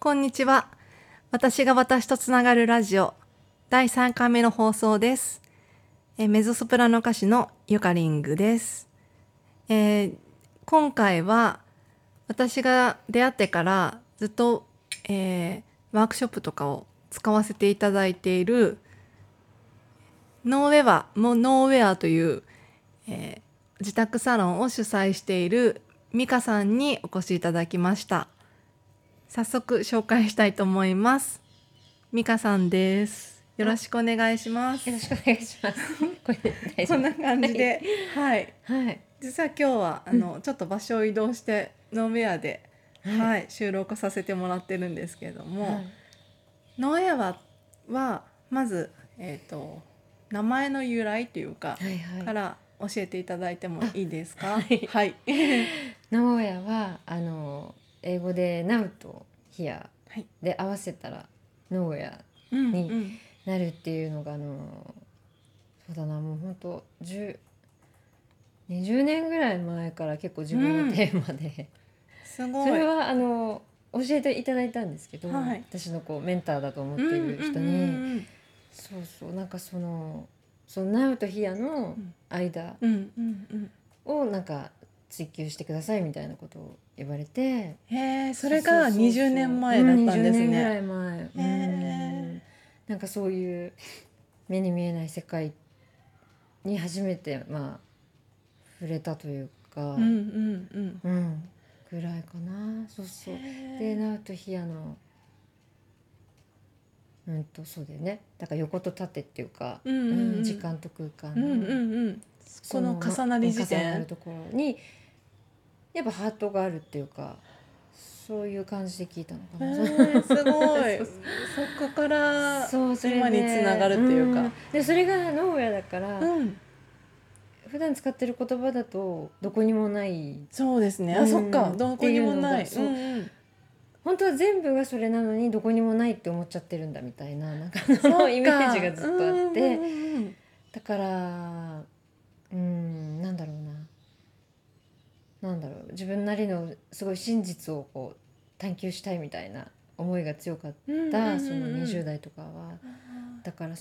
こんにちは。私が私とつながるラジオ第3回目の放送です。メゾソプラノ歌手のゆかりんぐです。今回は私が出会ってからずっと、ワークショップとかを使わせていただいているノーウェアという、自宅サロンを主催しているミカさんにお越しいただきました。早速紹介したいと思います。ミカさんです。よろしくお願いします。 よろしくお願いします。これ大丈夫。 こんな感じで、はい。 はい。 実は今日はちょっと場所を移動してノーウェアで、 はい、 収録させてもらってるんですけれども、 はい、 ノーウェアはまず、名前の由来というか、 はいはい、 から教えていただいてもいいですか？ はい。 はい。 ノーウェアは英語で Now と Here はい。 で合わせたらノーウェアうんにうん。 なるっていうのがそうだな、もう本当20年ぐらい前から結構自分のテーマで、 すごい。 それは教えていただいたんですけど、 はい。 私のメンターだと思っている人うんうんに、 うんうん。 そうそう、なんかその Now と Here の間うんうんうん。 をなんか追求してくださいみたいなことを言われて、 へえ、それが20年前だったん 20 です年ぐらね。 い前、 へえ。 なんかそういう目に見えない世界に初めて触れたというか、 うんうんうん。 ぐらいかな。そうそう。で、 へえ。 ナウとヒアのそうだよね。だから横と縦っていうか、 うんうんうん。 時間と空間うんのうんうん。こそのの重なり時重なる点。 ところにやっぱハートがあるっていうか、そういう感じで聞いたのかな。 へえ、すごい。 そうそこからそう、それ今につながで、 るっていうか。 でそれがノーウェアだから、 うん。 普段使ってる言葉だとどこにもない、 そうですね。あ、そっか。どこっていうにもない。うのが、そう、 んうん。 本当は全部がそれなのにどこにもないって思っちゃってるんだみたいな、なんかそっイメージか。 がずっとあっうんうんて、 うんうん。 だからなんだろうな、自分なりのすごい真実を探求したいみたいな思いが強かっうんうんうんた、そのうん。 20代とかは。だから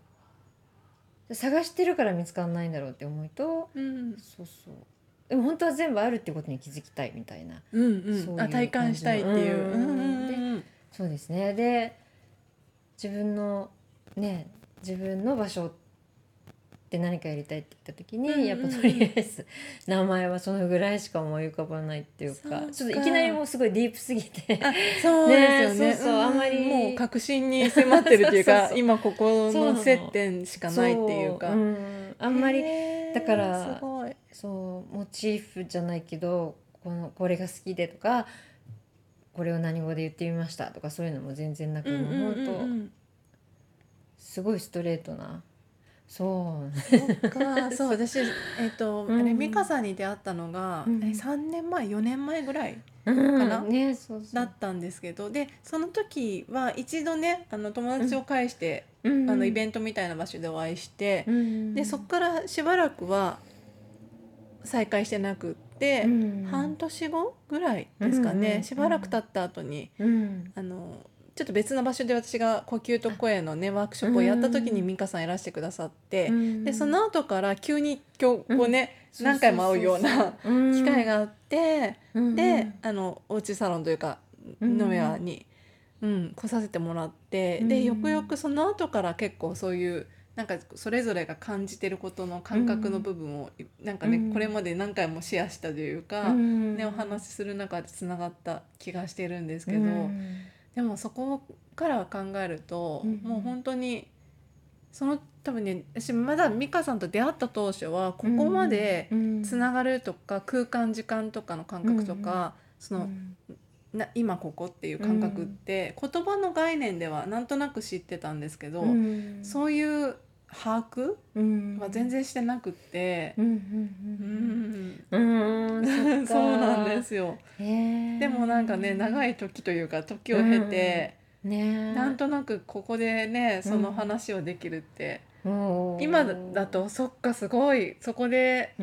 探してるから見つかんないんだろうって思いと、 うん。 そうそう、でも本当は全部あるってことに気づきたいみたいな、 うんうん。あ、 そういう体感した感じの、 いっていう。うんうんで、 うん。 そうですね。で、自分の自分の場所って何かやりたいって言った時に、 うんうんうん。 やっぱとりあえず名前はそのぐらいしか思い浮かばないっていうか、 そうちょっといきなりか。 もうすごいディープすぎてあ、そうですね、 よね。うそうそう、あんまんうん。もうり確信に迫ってるっていうか、 そうそうそう、 今ここの接そうなの、 点しかないっていうそう、 か。 あんまり、だかへえ、すらごい。 そうモチーフじゃないけど、これが好きでとか、これを何語で言ってみましたとか、そういうのも全然なく、 うんうんうんもう本当うん。 すごいストレートな、そそっか、 うそう、 そう、 私、 うあれ、美香んさんに出会ったのが、 うん 3年前、4年前ぐらいかな、 うん、ね、そうそう、 だったんですけど、で、その時は一度ね、友達を介して、イうんベントみたいな場所でお会いして、 うで、そっんからしばらくは再会してなくっうて、半ん年後ぐらいうんですかね、 うんしばらく経った後に、 うんちょっと別の場所で私が呼吸と声のねワークショップをやった時に美香さんいらしてくださっうて、でそんの後から急に今日うんそう何回も会うそうそうそようなう、う機会んがあって、でうんおうちサロンというかうノウェアんに、来させてもらって、 うでよくよんくその後から結構そういうなんかそれぞれが感じてることの感覚の部分をなんかねこれまで何回もシェアしたというか、ね、お話しする中でつながった気がしてるんですけど、でもそこから考えると、もう本当に多分ね、私まだ美香さんと出会った当初はここまでつながるとか空間時間とかの感覚とか、今ここっていう感覚って言葉の概念ではなんとなく知ってたんですけど、そういう把握は全然してなくって、そうなんですよ。でもなんかね、長い時というか時を経て、なんとなくここでねその話をできるって、今だとそっかすごいそこで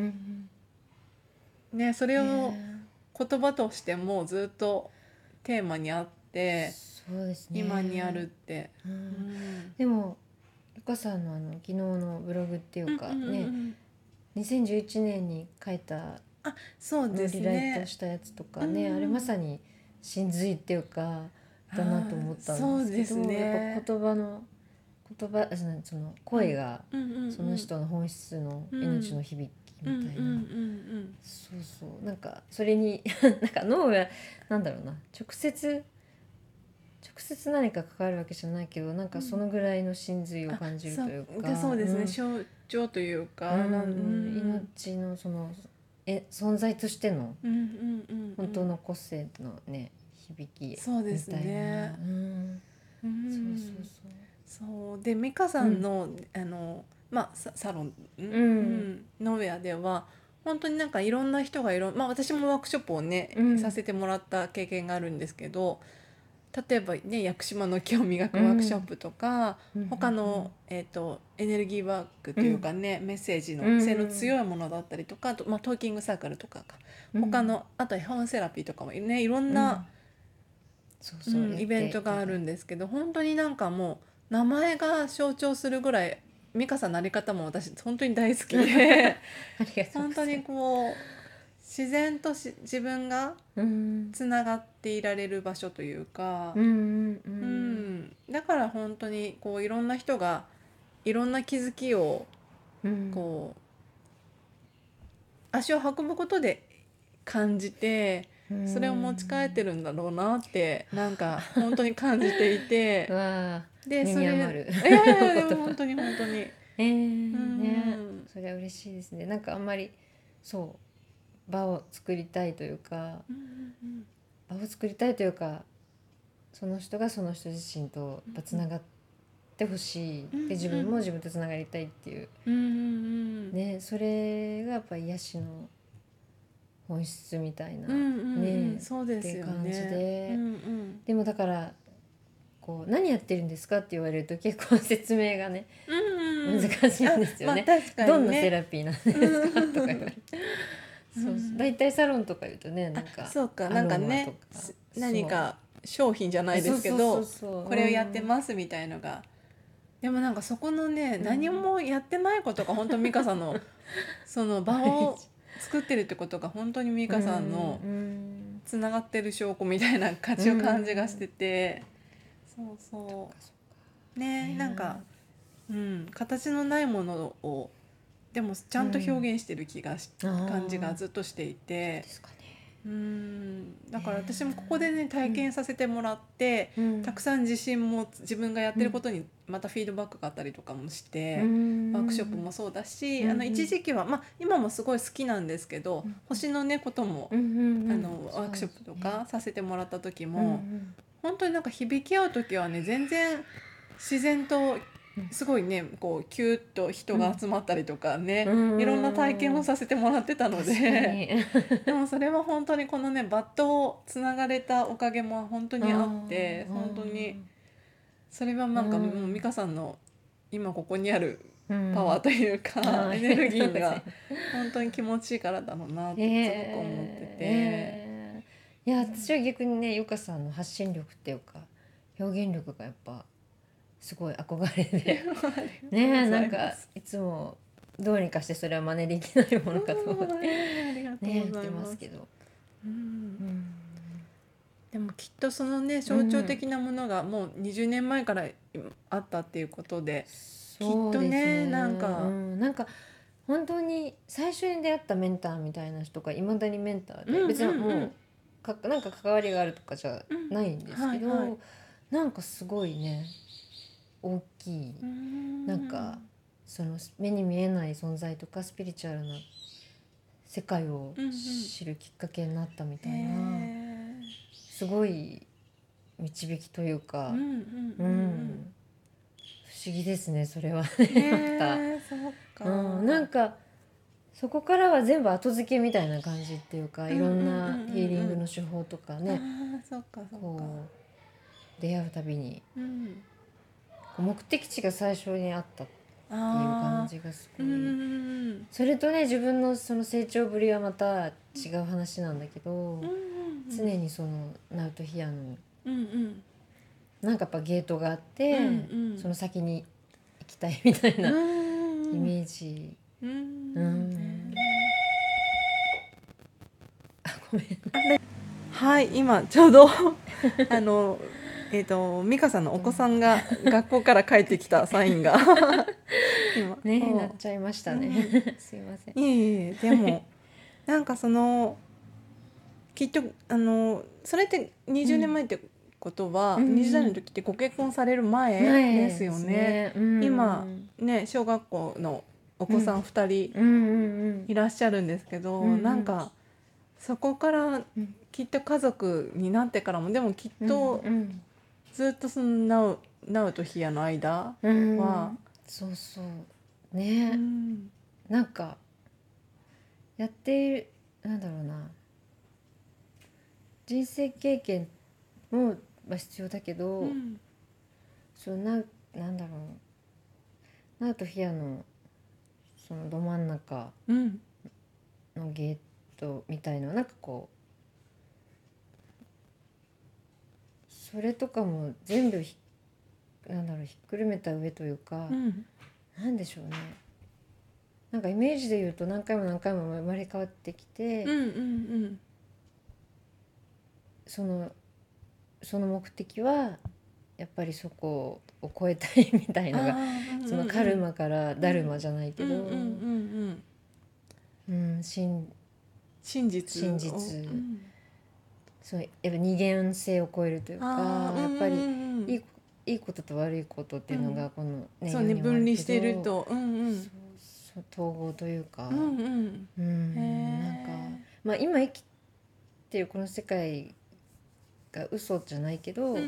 ねそれを言葉としてもずっとテーマにあって、 そうですね。 今にあるって、 ううんん、 でもゆかさんの昨日のブログっていうかね、2011年に書いたあ、そうですリライトね。 したやつとかうね、あれまん、 さに真髄っていうかだなと思ったんですけそうですど、やっぱね。 その声がうんうんその人の本質のうん命の響きうんうんうんうみたいな、 んそうそうなんかそれになんか脳がなんだろうな、直接何か関わるわけじゃないけど、なんかそのぐらいの真髄をあ、 感じるそうというで、そうか、 ですね、象徴というか、 命のその存在としてのうんうんうんうん、 本当の個性のね響きそうですみたいな、 ね。うそうそうん、 そうそうで、美香さんの、まあサロン、 うん、 のウェアでは本当になんかいろんな人がまあ私もワークショップをね、させてもらった経験があるんですけど、例えばね、屋久島の木を磨くワークショップとか、他の、エネルギーワークというかね、メッセージの性の強いものだったりとか、あと、まあ、トーキングサークルとか他の、あと絵本セラピーとかもね、いろんな、 そうそうやっイベンてトがあるんですけど、本当になんかもう名前が象徴するぐらい美香さんのあり方も私本当に大好きでありがとう本当にございます。 こう自然と自分がうんつながっていられる場所というか、 うんうんううんん、だから本当にこういろんな人がいろんな気づきをうんこう足を運ぶことで感じて、 うそれを持ち帰ってん、 るんだろうなってなんか本当に感じていて、 わあ、 で身それに余るいやいやいや、で言葉。 も本当に本当に、うね、 んそれは嬉しいですね。なんかあんまりそう場を作りたいというか、 うん場を作りたいというか、その人がその人自身とやっぱつながってほしい、 うんで自分も自分とつながりたいっていううんうんね、それがやっぱ癒しの本質みたいなうんうんうん、 ねそうですよって感じね。うんで、 うんでもだからこう何やってるんですかって言われると結構説明がねうんうん、 難しいんですよまあね。 確かどんなセにね。 ラピーなんですかとか言われて、 うそうそう、大ん、 体サロンとか言うとね、なあ、 んかそうか、 アなんロマとかね、 か、そ何か商品じゃなういですけど、 そうこれをやってますみたいのが、でもなんかそこのね、何もやってないことが本当美香さんのその場を作ってるってことが本当に美香さんのつながってる証拠みたいな価値を感じがしてて、そうそうね、なんか、形のないものをでもちゃんと表現してる感じがずっとしていて、 ですかね。 だから私もここでね体験させてもらって、たくさん自分がやってることにまたフィードバックがあったりとかもして、ワークショップもそうだし、一時期は、まあ、今もすごい好きなんですけど、星のねことも、ワークショップとかさせてもらった時も、本当になんか響き合う時はね全然自然とすごいねこうキュッと人が集まったりとかね、いろんな体験をさせてもらってたの確かでにでもそれは本当にこのねバットをつながれたおかげも本当にあって、本当にそれはなんかもう美香さんの今ここにあるパワーというか、エネルギーが本当に気持ちいいからだろうなってすごく思ってて。 いや私は逆にね、ゆかさんの発信力っていうか表現力がやっぱすごい憧れでね、なんかいつもどうにかしてそれは真似できないものかと思ってありがとうねございます。 やってますけど、 でもきっとそのね象徴的なものがもう20年前からあったっていうことで、きっとねなんか、 なんか本当に最初に出会ったメンターみたいな人がいまだにメンターで、別にもうなんか関わりがあるとかじゃないんですけど、なんかすごいね大きい、なんかその目に見えない存在とかスピリチュアルな世界を知るきっかけになったみたいな、すごい導きというか、不思議ですねそれはねまた、なんかそこからは全部後付けみたいな感じっていうか、いろんなヒーリングの手法とかね、こう出会うたびに、目的地が最初にあったっていう感じがすごい、それとね自分のその成長ぶりはまた違う話なんだけど、常にそのナウトヒアのなんかやっぱゲートがあって、 うんうん、 その先に行きたいみたいなイうんメージ。 うんあ、ごめん。 はい、今ちょうどあの美香さんのお子さんが学校から帰ってきたサインが今ね、なっちゃいましたね。すいません。 いえいえ、でもなんかきっとそれって20年前ってことは、20代の時ってご結婚される前ですよね。今ね、小学校のお子さん2人いらっしゃるんですけど、なんかそこからきっと家族になってからも、でもきっとずっとそのナウとヒヤの間は、 そうそうね、なんかやっている、なんだろうな、人生経験も必要だけど、そうなんだろう、ナウとヒヤのそのど真ん中のゲートみたいな、なんかこうそれとかも全部なんだろう、ひっくるめた上というか、なんでしょうね、なんかイメージで言うと何回も何回も生まれ変わってきて、その目的はやっぱりそこを超えたいみたいのが、そのカルマからダルマじゃないけど、真実、そうやっぱ二元性を超えるというか、やっぱりいいことと悪いことっていうのがこの、ね、 そうね、分離してると、 そう統合というか、 なんか、まあ、今生きてるこの世界が嘘じゃないけど、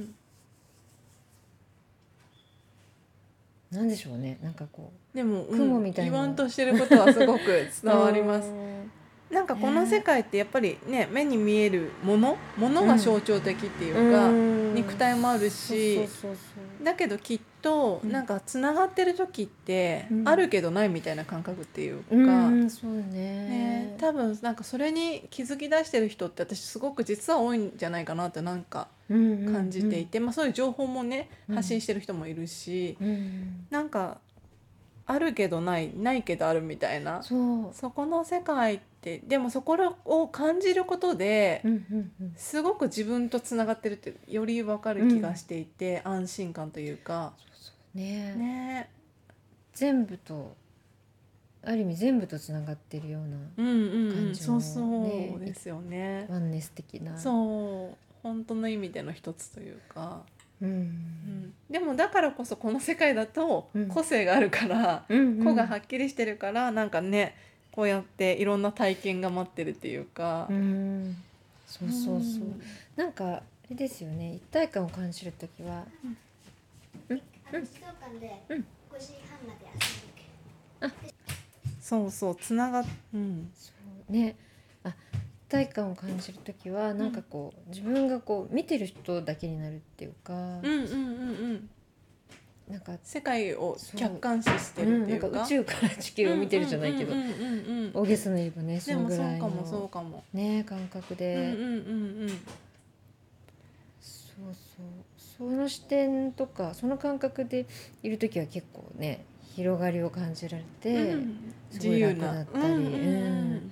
なんでしょうね、なんかこうでも、 雲みたいな、 言わんとしてることはすごく伝わりますなんかこの世界ってやっぱりね、目に見えるものが象徴的っていうか、肉体もあるし、だけどきっとなんかつながってる時ってあるけどないみたいな感覚っていうか、 そうね、 多分なんかそれに気づき出してる人って私すごく実は多いんじゃないかなってなんか感じていて、まあそういう情報もね発信してる人もいるし、なんかあるけどないけどあるみたいな、そこの世界ってでもそこを感じることですごく自分とつながってるってより分かる気がしていて、安心感というかね、 全部とある意味全部とつながってるような感じの、 そうですよね、 ワンネス的な、 そう本当の意味での一つというか、でもだからこそこの世界だと個性があるから、個がはっきりしてるからなんかね、こうやっていろんな体験が待ってるっていうか、 そうそうそう、なんかあれですよね、一体感を感じるときは、 児童館で5時半まで遊ぶ。 そうそうつながっそうね、一体感を感じるときはなんかこう自分がこう見てる人だけになるっていうか、なんか世界を客観視してるっていうか、 なんか宇宙から地球を見てるじゃないけど、大げさな言えばね、そのぐらいのそうかもね感覚で、そうそう、その視点とかその感覚でいるときは結構ね広がりを感じられて、すごい楽だったり、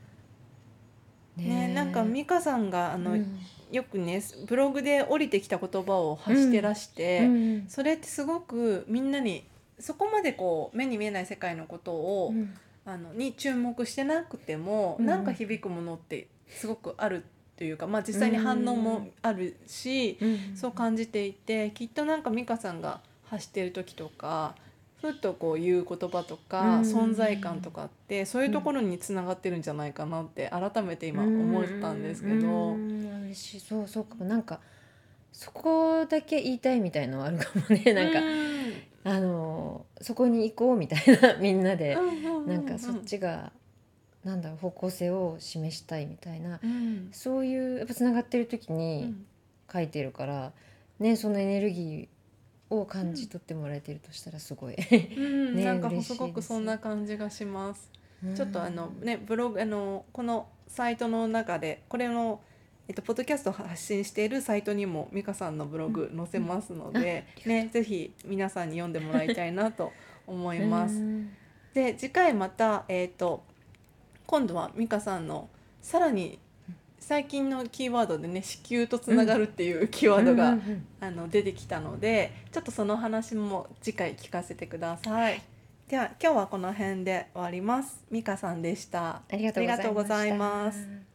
なんか美香さんがよくねブログで降りてきた言葉を発してらして、それってすごくみんなにそこまでこう目に見えない世界のことを、に注目してなくても、なんか響くものってすごくあるというか、まあ、実際に反応もあるし、そう感じていて、きっとなんか美香さんが発してる時とかふっとこう言う言葉とか、存在感とかってそういうところにつながってるんじゃないかなって改めて今思ったんですけど、 嬉しい、そうそうかも、なんかそこだけ言いたいみたいのはあるかもね、なんかそこに行こうみたいなみんなで、なんかそっちがなんだろう、方向性を示したいみたいな、そういうやっぱつながってる時に書いてるからね、そのエネルギーを感じ取ってもらえてるとしたらすごいね、 なんかすごくそんな感じがします。ちょっとねブログこのサイトの中でこれのポッドキャストを発信しているサイトにも美香さんのブログ載せますので、ね、ぜひ皆さんに読んでもらいたいなと思います。で次回また、今度は美香さんのさらに最近のキーワードでね、子宮とつながるっていうキーワードが、出てきたので、ちょっとその話も次回聞かせてください。では今日はこの辺で終わります。美香さんでした。 ありがとうございました。